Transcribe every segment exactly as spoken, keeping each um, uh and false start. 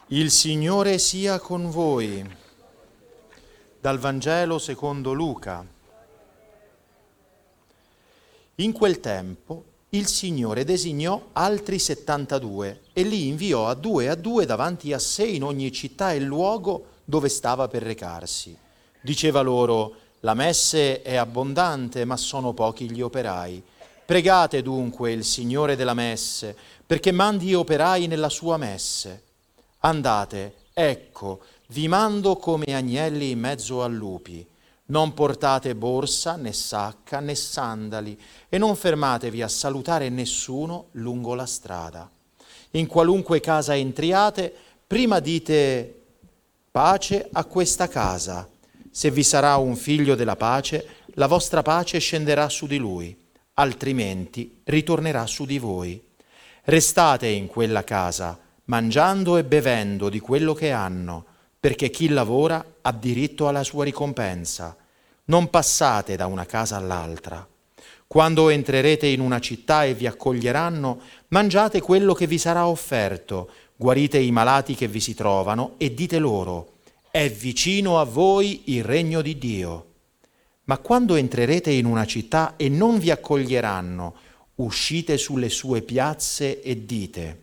Il Signore sia con voi. Dal Vangelo secondo Luca. In quel tempo il Signore designò altri settantadue e li inviò a due a due davanti a sé in ogni città e luogo dove stava per recarsi. Diceva loro: la messe è abbondante, ma sono pochi gli operai. Pregate dunque il Signore della messe, perché mandi operai nella sua messe. Andate, ecco, vi mando come agnelli in mezzo a lupi. Non portate borsa, né sacca, né sandali, e non fermatevi a salutare nessuno lungo la strada. In qualunque casa entriate, prima dite: pace a questa casa. Se vi sarà un figlio della pace, la vostra pace scenderà su di lui, altrimenti ritornerà su di voi. Restate in quella casa, mangiando e bevendo di quello che hanno, perché chi lavora ha diritto alla sua ricompensa. Non passate da una casa all'altra. Quando entrerete in una città e vi accoglieranno, mangiate quello che vi sarà offerto, guarite i malati che vi si trovano e dite loro: è vicino a voi il regno di Dio. Ma quando entrerete in una città e non vi accoglieranno, uscite sulle sue piazze e dite: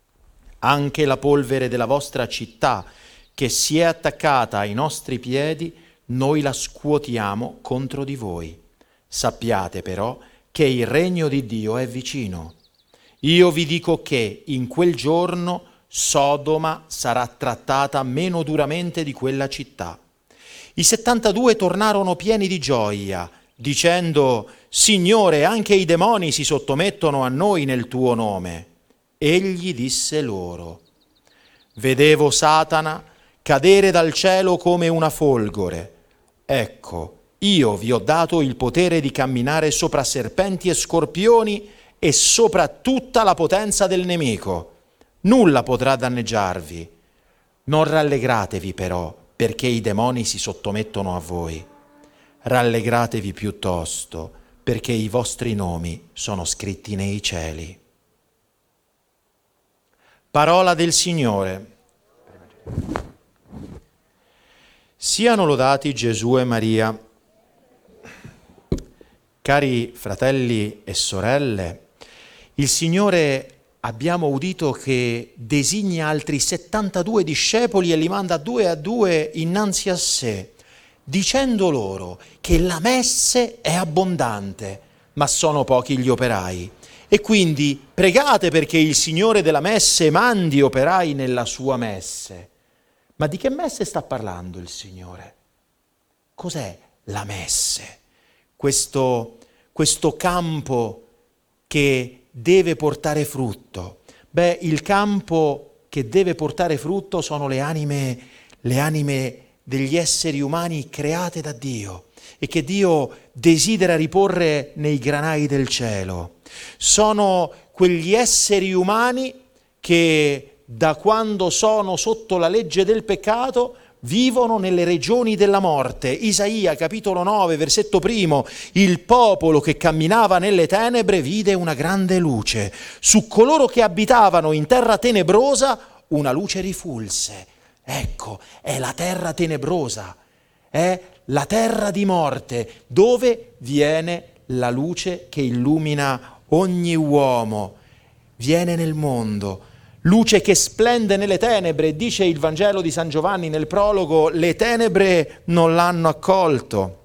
anche la polvere della vostra città, che si è attaccata ai nostri piedi, noi la scuotiamo contro di voi. Sappiate però che il regno di Dio è vicino. Io vi dico che in quel giorno Sodoma sarà trattata meno duramente di quella città. I settantadue tornarono pieni di gioia, dicendo: Signore, anche i demoni si sottomettono a noi nel tuo nome. Egli disse loro: vedevo Satana cadere dal cielo come una folgore. Ecco, io vi ho dato il potere di camminare sopra serpenti e scorpioni e sopra tutta la potenza del nemico. Nulla potrà danneggiarvi. Non rallegratevi però perché i demoni si sottomettono a voi. Rallegratevi piuttosto perché i vostri nomi sono scritti nei cieli. Parola del Signore. Siano lodati Gesù e Maria. Cari fratelli e sorelle, il Signore, abbiamo udito, che designa altri settantadue discepoli e li manda due a due innanzi a sé, dicendo loro che la messe è abbondante, ma sono pochi gli operai. E quindi pregate perché il Signore della messe mandi operai nella sua messe. Ma di che messe sta parlando il Signore? Cos'è la messe? Questo, questo campo che deve portare frutto. Beh, il campo che deve portare frutto sono le anime, le anime degli esseri umani create da Dio e che Dio desidera riporre nei granai del cielo. Sono quegli esseri umani che da quando sono sotto la legge del peccato vivono nelle regioni della morte. Isaia, capitolo nove, versetto primo: il popolo che camminava nelle tenebre vide una grande luce. Su coloro che abitavano in terra tenebrosa una luce rifulse. Ecco, è la terra tenebrosa, è la terra di morte, dove viene la luce che illumina ogni uomo, viene nel mondo. Luce che splende nelle tenebre, dice il Vangelo di San Giovanni nel prologo: le tenebre non l'hanno accolto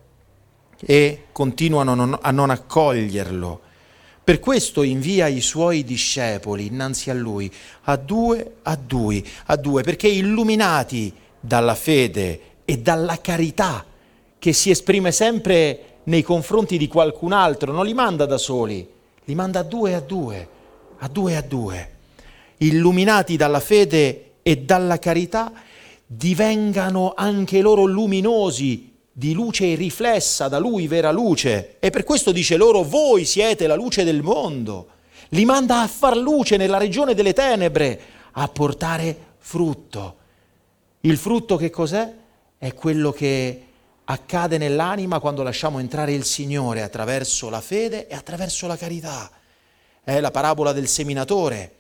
e continuano a non accoglierlo. Per questo invia i suoi discepoli innanzi a lui, a due a due, a due, perché illuminati dalla fede e dalla carità che si esprime sempre nei confronti di qualcun altro, non li manda da soli, li manda a due a due, a due a due. Illuminati dalla fede e dalla carità, divengano anche loro luminosi, di luce riflessa da Lui, vera luce. E per questo dice loro: voi siete la luce del mondo. Li manda a far luce nella regione delle tenebre, a portare frutto. Il frutto che cos'è? È quello che accade nell'anima quando lasciamo entrare il Signore attraverso la fede e attraverso la carità. È la parabola del seminatore,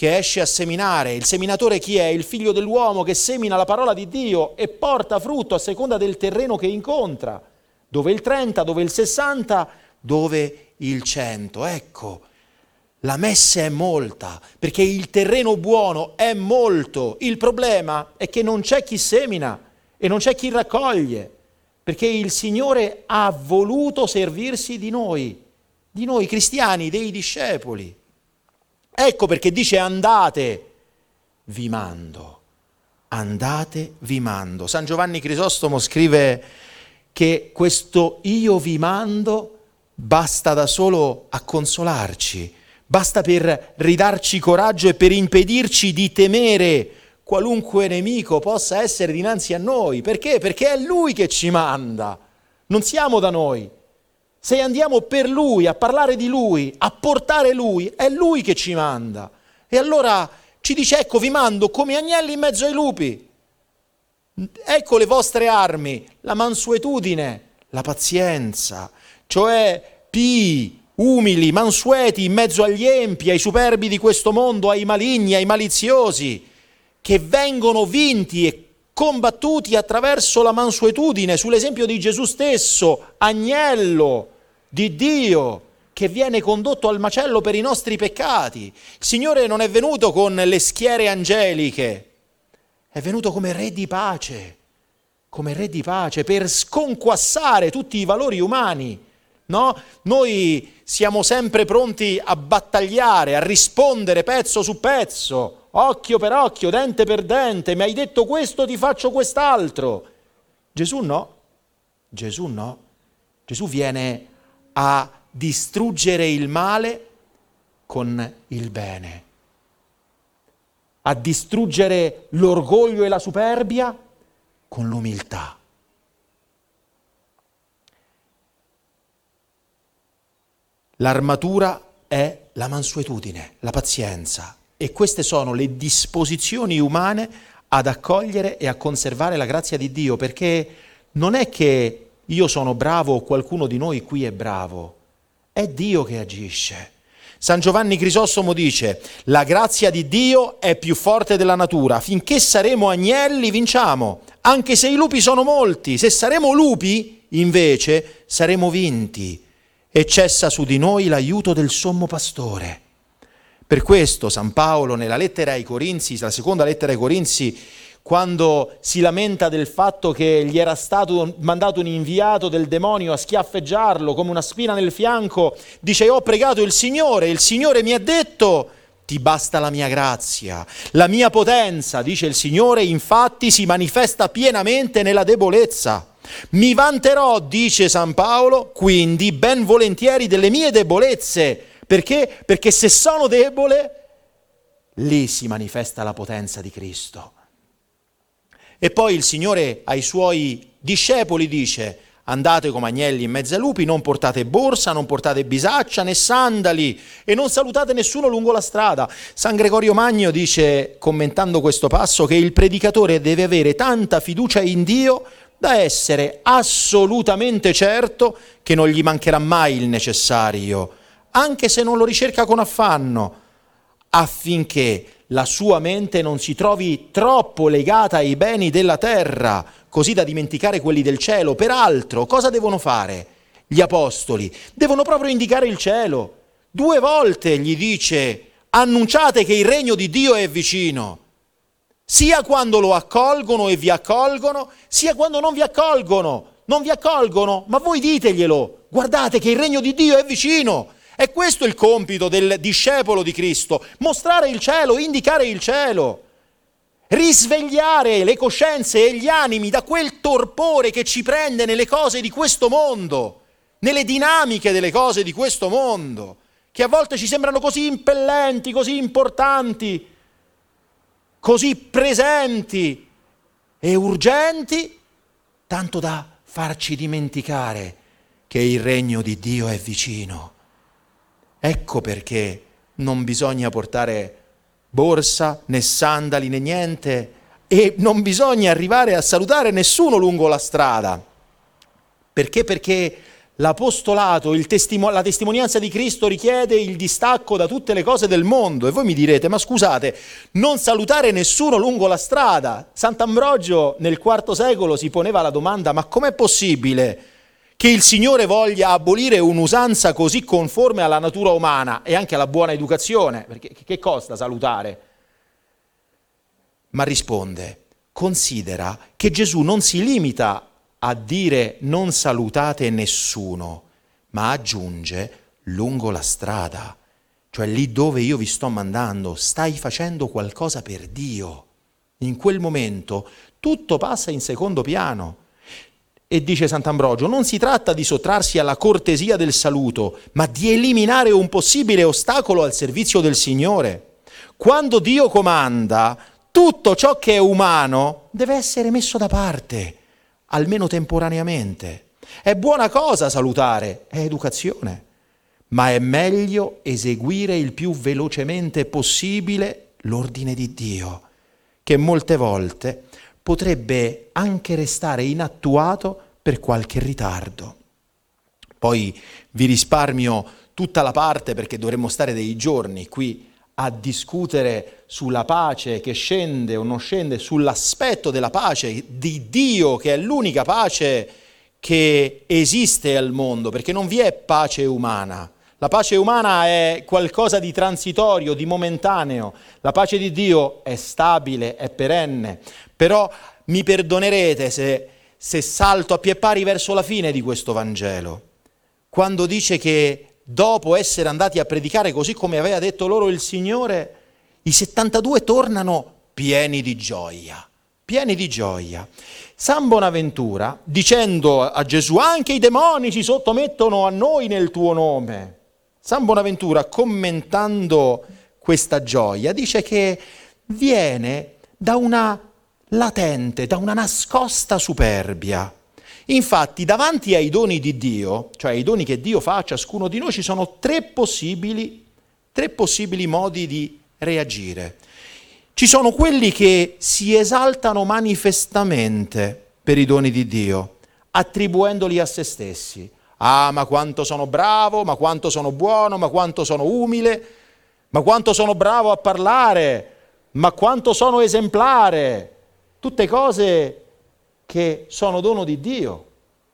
che esce a seminare. Il seminatore chi è? Il figlio dell'uomo che semina la parola di Dio e porta frutto a seconda del terreno che incontra. Dove il trenta, dove il sessanta, dove il cento. Ecco, la messe è molta, perché il terreno buono è molto. Il problema è che non c'è chi semina e non c'è chi raccoglie, perché il Signore ha voluto servirsi di noi, di noi cristiani, dei discepoli. Ecco perché dice andate, vi mando, andate, vi mando. San Giovanni Crisostomo scrive che questo io vi mando basta da solo a consolarci, basta per ridarci coraggio e per impedirci di temere qualunque nemico possa essere dinanzi a noi. Perché? Perché è Lui che ci manda, non siamo da noi. Se andiamo per Lui, a parlare di Lui, a portare Lui, è Lui che ci manda. E allora ci dice, ecco vi mando come agnelli in mezzo ai lupi. Ecco le vostre armi, la mansuetudine, la pazienza, cioè pii, umili, mansueti in mezzo agli empi, ai superbi di questo mondo, ai maligni, ai maliziosi, che vengono vinti e combattuti attraverso la mansuetudine, sull'esempio di Gesù stesso, agnello di Dio, che viene condotto al macello per i nostri peccati. Il Signore non è venuto con le schiere angeliche, è venuto come Re di pace, come Re di pace, per sconquassare tutti i valori umani. No? Noi siamo sempre pronti a battagliare, a rispondere pezzo su pezzo, occhio per occhio, dente per dente, mi hai detto questo, ti faccio quest'altro. Gesù no, Gesù no. Gesù viene a distruggere il male con il bene, a distruggere l'orgoglio e la superbia con l'umiltà. L'armatura è la mansuetudine, la pazienza, e queste sono le disposizioni umane ad accogliere e a conservare la grazia di Dio, perché non è che io sono bravo o qualcuno di noi qui è bravo, è Dio che agisce. San Giovanni Crisostomo dice, la grazia di Dio è più forte della natura, finché saremo agnelli vinciamo, anche se i lupi sono molti, se saremo lupi invece saremo vinti. E cessa su di noi l'aiuto del sommo pastore. Per questo San Paolo nella lettera ai Corinzi, la seconda lettera ai Corinzi, quando si lamenta del fatto che gli era stato mandato un inviato del demonio a schiaffeggiarlo come una spina nel fianco, dice, ho pregato il Signore, il Signore mi ha detto, ti basta la mia grazia, la mia potenza, dice il Signore, infatti si manifesta pienamente nella debolezza. Mi vanterò, dice San Paolo, quindi ben volentieri delle mie debolezze. Perché? Perché se sono debole, lì si manifesta la potenza di Cristo. E poi il Signore ai Suoi discepoli dice, andate come agnelli in mezzo ai lupi, non portate borsa, non portate bisaccia né sandali e non salutate nessuno lungo la strada. San Gregorio Magno dice, commentando questo passo, che il predicatore deve avere tanta fiducia in Dio da essere assolutamente certo che non gli mancherà mai il necessario, anche se non lo ricerca con affanno, affinché la sua mente non si trovi troppo legata ai beni della terra, così da dimenticare quelli del cielo. Peraltro, cosa devono fare gli apostoli? Devono proprio indicare il cielo. Due volte gli dice, annunciate che il regno di Dio è vicino. Sia quando lo accolgono e vi accolgono, sia quando non vi accolgono. Non vi accolgono, ma voi diteglielo. Guardate che il regno di Dio è vicino. E questo è il compito del discepolo di Cristo. Mostrare il cielo, indicare il cielo. Risvegliare le coscienze e gli animi da quel torpore che ci prende nelle cose di questo mondo, nelle dinamiche delle cose di questo mondo, che a volte ci sembrano così impellenti, così importanti, così presenti e urgenti, tanto da farci dimenticare che il regno di Dio è vicino. Ecco perché non bisogna portare borsa, né sandali, né niente, e non bisogna arrivare a salutare nessuno lungo la strada. Perché? Perché l'apostolato, il testimo- la testimonianza di Cristo richiede il distacco da tutte le cose del mondo. E voi mi direte, ma scusate, non salutare nessuno lungo la strada. Sant'Ambrogio nel quarto secolo si poneva la domanda, ma com'è possibile che il Signore voglia abolire un'usanza così conforme alla natura umana e anche alla buona educazione? Perché che costa salutare? Ma risponde, considera che Gesù non si limita a dire non salutate nessuno, ma aggiunge lungo la strada, cioè lì dove io vi sto mandando, stai facendo qualcosa per Dio. In quel momento tutto passa in secondo piano. E dice Sant'Ambrogio, non si tratta di sottrarsi alla cortesia del saluto, ma di eliminare un possibile ostacolo al servizio del Signore. Quando Dio comanda, tutto ciò che è umano deve essere messo da parte, almeno temporaneamente. È buona cosa salutare, è educazione, ma è meglio eseguire il più velocemente possibile l'ordine di Dio, che molte volte potrebbe anche restare inattuato per qualche ritardo. Poi vi risparmio tutta la parte perché dovremmo stare dei giorni qui a discutere sulla pace che scende o non scende, sull'aspetto della pace di Dio, che è l'unica pace che esiste al mondo, perché non vi è pace umana. La pace umana è qualcosa di transitorio, di momentaneo. La pace di Dio è stabile, è perenne. Però mi perdonerete se, se salto a piè pari verso la fine di questo Vangelo, quando dice che dopo essere andati a predicare così come aveva detto loro il Signore, i settantadue tornano pieni di gioia, pieni di gioia. San Bonaventura, dicendo a Gesù, anche i demoni si sottomettono a noi nel tuo nome. San Bonaventura, commentando questa gioia, dice che viene da una latente, da una nascosta superbia. Infatti, davanti ai doni di Dio, cioè ai doni che Dio fa a ciascuno di noi, ci sono tre possibili, tre possibili modi di reagire. Ci sono quelli che si esaltano manifestamente per i doni di Dio, attribuendoli a se stessi. Ah, ma quanto sono bravo, ma quanto sono buono, ma quanto sono umile, ma quanto sono bravo a parlare, ma quanto sono esemplare. Tutte cose che sono dono di Dio.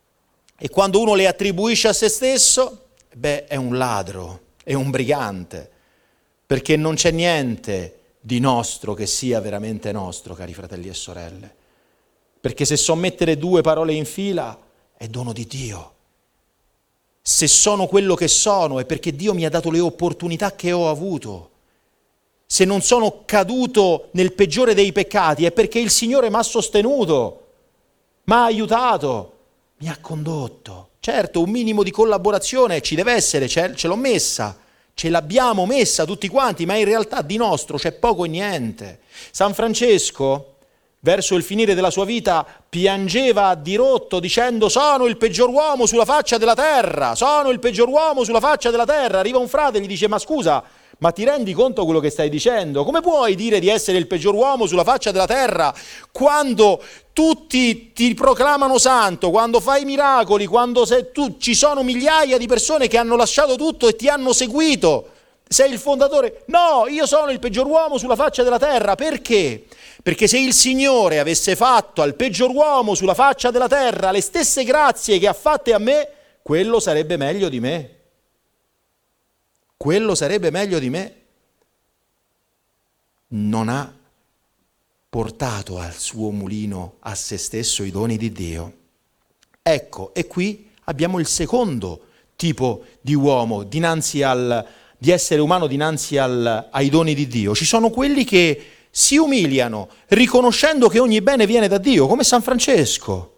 E quando uno le attribuisce a se stesso, beh, è un ladro, è un brigante, perché non c'è niente di nostro che sia veramente nostro, cari fratelli e sorelle. Perché se so mettere due parole in fila, è dono di Dio. Se sono quello che sono, è perché Dio mi ha dato le opportunità che ho avuto. Se non sono caduto nel peggiore dei peccati, è perché il Signore mi ha sostenuto, mi ha aiutato, mi ha condotto. Certo, un minimo di collaborazione ci deve essere, ce l'ho messa, ce l'abbiamo messa tutti quanti, ma in realtà di nostro c'è poco e niente. San Francesco, verso il finire della sua vita, piangeva a dirotto dicendo sono il peggior uomo sulla faccia della terra, sono il peggior uomo sulla faccia della terra. Arriva un frate e gli dice ma scusa, ma ti rendi conto quello che stai dicendo? Come puoi dire di essere il peggior uomo sulla faccia della terra quando tutti ti proclamano santo, quando fai miracoli, quando sei, tu, ci sono migliaia di persone che hanno lasciato tutto e ti hanno seguito? Sei il fondatore? No, io sono il peggior uomo sulla faccia della terra. Perché? Perché se il Signore avesse fatto al peggior uomo sulla faccia della terra le stesse grazie che ha fatte a me, quello sarebbe meglio di me. Quello sarebbe meglio di me. Non ha portato al suo mulino a se stesso i doni di Dio. Ecco, e qui abbiamo il secondo tipo di uomo dinanzi al, di essere umano dinanzi al, ai doni di Dio. Ci sono quelli che si umiliano, riconoscendo che ogni bene viene da Dio, come San Francesco.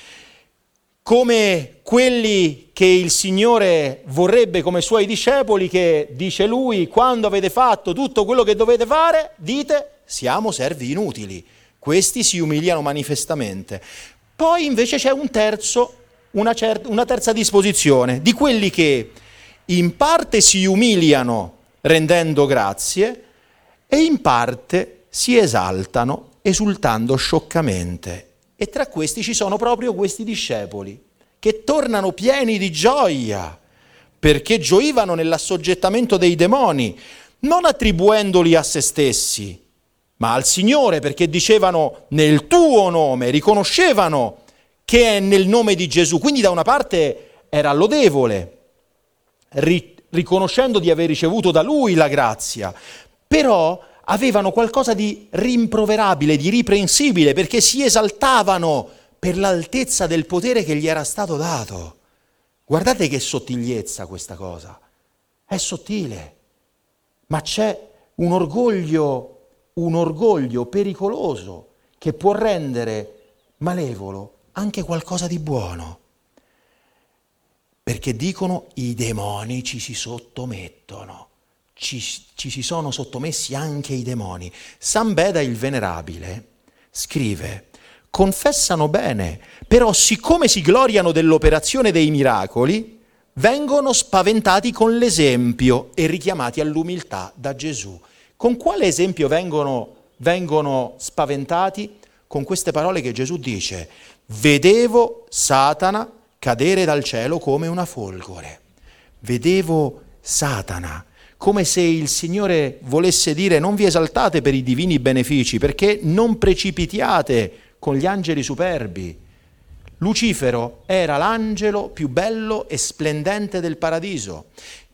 Come quelli che il Signore vorrebbe come suoi discepoli, che dice lui, quando avete fatto tutto quello che dovete fare, dite, siamo servi inutili. Questi si umiliano manifestamente. Poi invece c'è un terzo, una, cer- una terza disposizione, di quelli che in parte si umiliano rendendo grazie e in parte si esaltano esultando scioccamente. E tra questi ci sono proprio questi discepoli, che tornano pieni di gioia, perché gioivano nell'assoggettamento dei demoni, non attribuendoli a se stessi, ma al Signore, perché dicevano nel tuo nome, riconoscevano che è nel nome di Gesù. Quindi da una parte era lodevole, ri- riconoscendo di aver ricevuto da Lui la grazia, però avevano qualcosa di rimproverabile, di riprensibile, perché si esaltavano per l'altezza del potere che gli era stato dato. Guardate che sottigliezza questa cosa, è sottile, ma c'è un orgoglio un orgoglio pericoloso che può rendere malevolo anche qualcosa di buono. Perché dicono i demoni ci si sottomettono, ci, ci si sono sottomessi anche i demoni. San Beda il Venerabile scrive: confessano bene, però siccome si gloriano dell'operazione dei miracoli, vengono spaventati con l'esempio e richiamati all'umiltà da Gesù. Con quale esempio vengono, vengono spaventati? Con queste parole che Gesù dice: vedevo Satana cadere dal cielo come una folgore. Vedevo Satana, come se il Signore volesse dire: non vi esaltate per i divini benefici, perché non precipitiate con gli angeli superbi. Lucifero era l'angelo più bello e splendente del paradiso.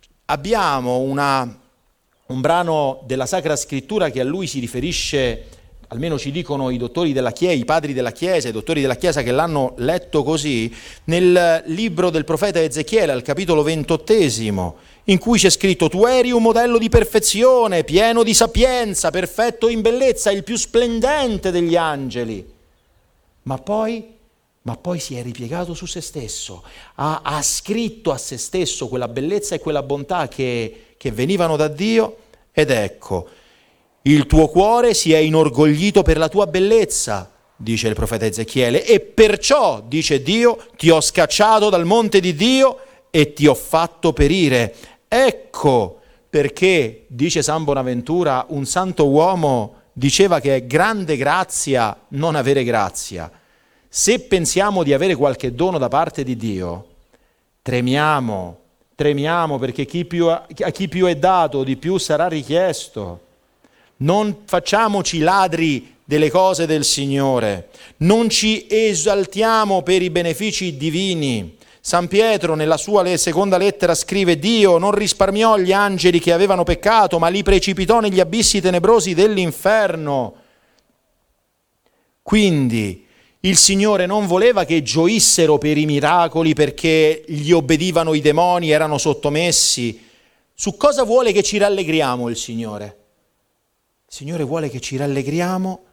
Abbiamo una... un brano della Sacra Scrittura che a lui si riferisce, almeno ci dicono i dottori della Chiesa, i padri della Chiesa, i dottori della Chiesa che l'hanno letto così, nel libro del profeta Ezechiele, al capitolo ventottesimo, in cui c'è scritto: tu eri un modello di perfezione, pieno di sapienza, perfetto in bellezza, il più splendente degli angeli. Ma poi, ma poi si è ripiegato su se stesso, ha, ha scritto a se stesso quella bellezza e quella bontà che, che venivano da Dio, ed ecco, il tuo cuore si è inorgoglito per la tua bellezza, dice il profeta Ezechiele, e perciò, dice Dio, ti ho scacciato dal monte di Dio e ti ho fatto perire. Ecco perché, dice San Bonaventura, un santo uomo diceva che è grande grazia non avere grazia. Se pensiamo di avere qualche dono da parte di Dio, tremiamo, tremiamo perché chi più, a chi più è dato, di più sarà richiesto. Non facciamoci ladri delle cose del Signore, non ci esaltiamo per i benefici divini. San Pietro nella sua seconda lettera scrive: Dio non risparmiò gli angeli che avevano peccato, ma li precipitò negli abissi tenebrosi dell'inferno. Quindi il Signore non voleva che gioissero per i miracoli perché gli obbedivano i demoni, erano sottomessi. Su cosa vuole che ci rallegriamo il Signore? Il Signore vuole che ci rallegriamo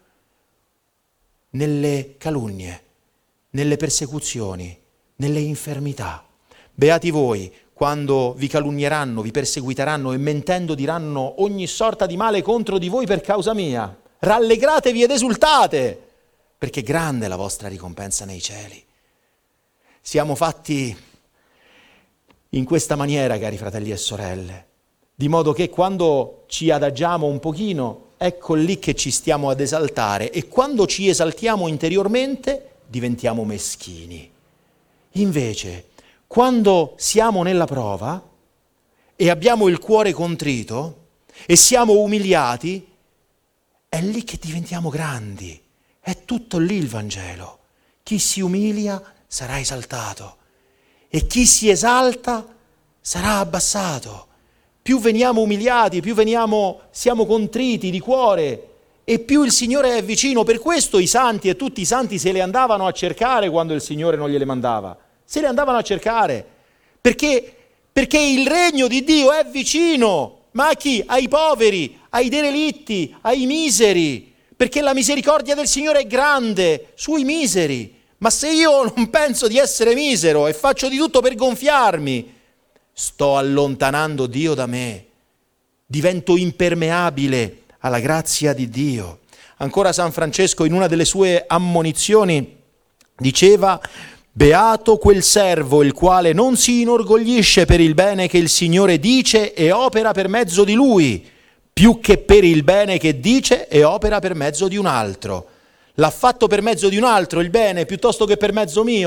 nelle calunnie, nelle persecuzioni, nelle infermità. Beati voi quando vi calunnieranno, vi perseguiteranno e mentendo diranno ogni sorta di male contro di voi per causa mia. Rallegratevi ed esultate, perché grande è la vostra ricompensa nei cieli. Siamo fatti in questa maniera, cari fratelli e sorelle, di modo che quando ci adagiamo un pochino, ecco lì che ci stiamo ad esaltare, e quando ci esaltiamo interiormente diventiamo meschini. Invece, quando siamo nella prova e abbiamo il cuore contrito e siamo umiliati, è lì che diventiamo grandi. È tutto lì il Vangelo. Chi si umilia sarà esaltato e chi si esalta sarà abbassato. Più veniamo umiliati, più veniamo, siamo contriti di cuore e più il Signore è vicino. Per questo i santi e tutti i santi se le andavano a cercare quando il Signore non gliele mandava. Se le andavano a cercare. Perché, perché il regno di Dio è vicino. Ma a chi? Ai poveri, ai derelitti, ai miseri. Perché la misericordia del Signore è grande sui miseri. Ma se io non penso di essere misero e faccio di tutto per gonfiarmi, sto allontanando Dio da me, divento impermeabile alla grazia di Dio. Ancora San Francesco in una delle sue ammonizioni diceva: beato quel servo il quale non si inorgoglisce per il bene che il Signore dice e opera per mezzo di lui, più che per il bene che dice e opera per mezzo di un altro. L'ha fatto per mezzo di un altro il bene piuttosto che per mezzo mio?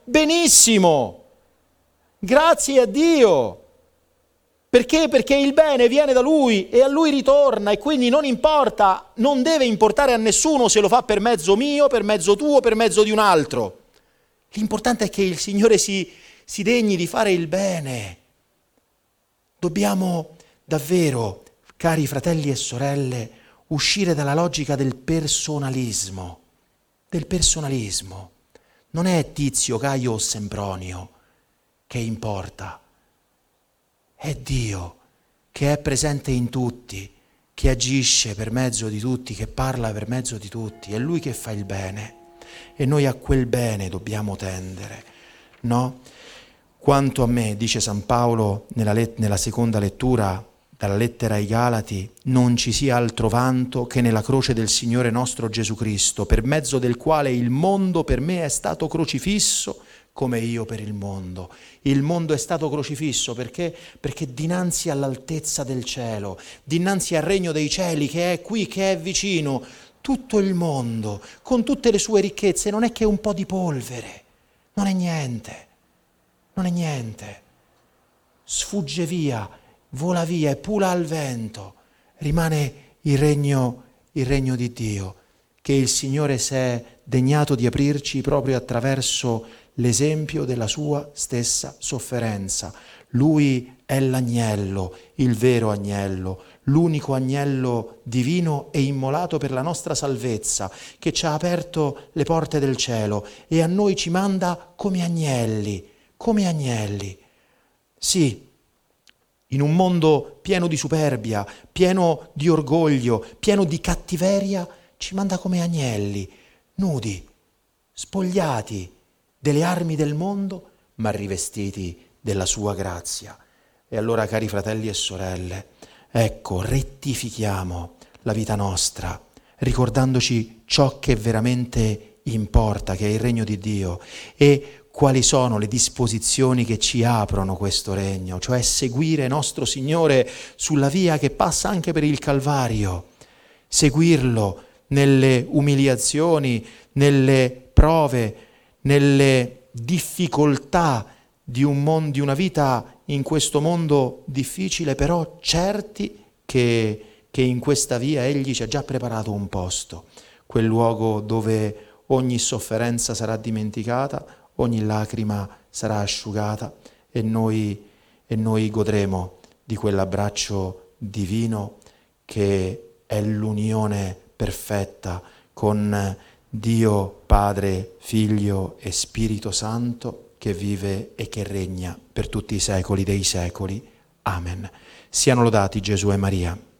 benissimo, grazie a Dio. Perché? Perché il bene viene da Lui e a Lui ritorna, e quindi non importa, non deve importare a nessuno se lo fa per mezzo mio, per mezzo tuo, per mezzo di un altro. L'importante è che il Signore si, si degni di fare il bene. Dobbiamo davvero, cari fratelli e sorelle, uscire dalla logica del personalismo. Del personalismo. Non è Tizio, Caio o Sempronio che importa. È Dio che è presente in tutti, che agisce per mezzo di tutti, che parla per mezzo di tutti. È Lui che fa il bene e noi a quel bene dobbiamo tendere, no? Quanto a me, dice San Paolo nella, let- nella seconda lettura dalla lettera ai Galati, non ci sia altro vanto che nella croce del Signore nostro Gesù Cristo, per mezzo del quale il mondo per me è stato crocifisso come io per il mondo. Il mondo è stato crocifisso perché? Perché dinanzi all'altezza del cielo, dinanzi al regno dei cieli che è qui, che è vicino, tutto il mondo, con tutte le sue ricchezze, non è che un po' di polvere, non è niente, non è niente. Sfugge via, vola via e pula al vento, rimane il regno, il regno di Dio, che il Signore si è degnato di aprirci proprio attraverso l'esempio della sua stessa sofferenza. Lui è l'agnello, il vero agnello, l'unico agnello divino e immolato per la nostra salvezza, che ci ha aperto le porte del cielo e a noi ci manda come agnelli, come agnelli. Sì, in un mondo pieno di superbia, pieno di orgoglio, pieno di cattiveria, ci manda come agnelli, nudi, spogliati delle armi del mondo, ma rivestiti della sua grazia. E allora, cari fratelli e sorelle, ecco, rettifichiamo la vita nostra, ricordandoci ciò che veramente importa, che è il regno di Dio, e quali sono le disposizioni che ci aprono questo regno, cioè seguire nostro Signore sulla via che passa anche per il Calvario, seguirlo nelle umiliazioni, nelle prove, nelle difficoltà di un mondo, di una vita in questo mondo difficile, però certi che, che in questa via Egli ci ha già preparato un posto, quel luogo dove ogni sofferenza sarà dimenticata, ogni lacrima sarà asciugata e noi, e noi godremo di quell'abbraccio divino che è l'unione perfetta con Dio Padre, Figlio e Spirito Santo, che vive e che regna per tutti i secoli dei secoli. Amen. Siano lodati Gesù e Maria.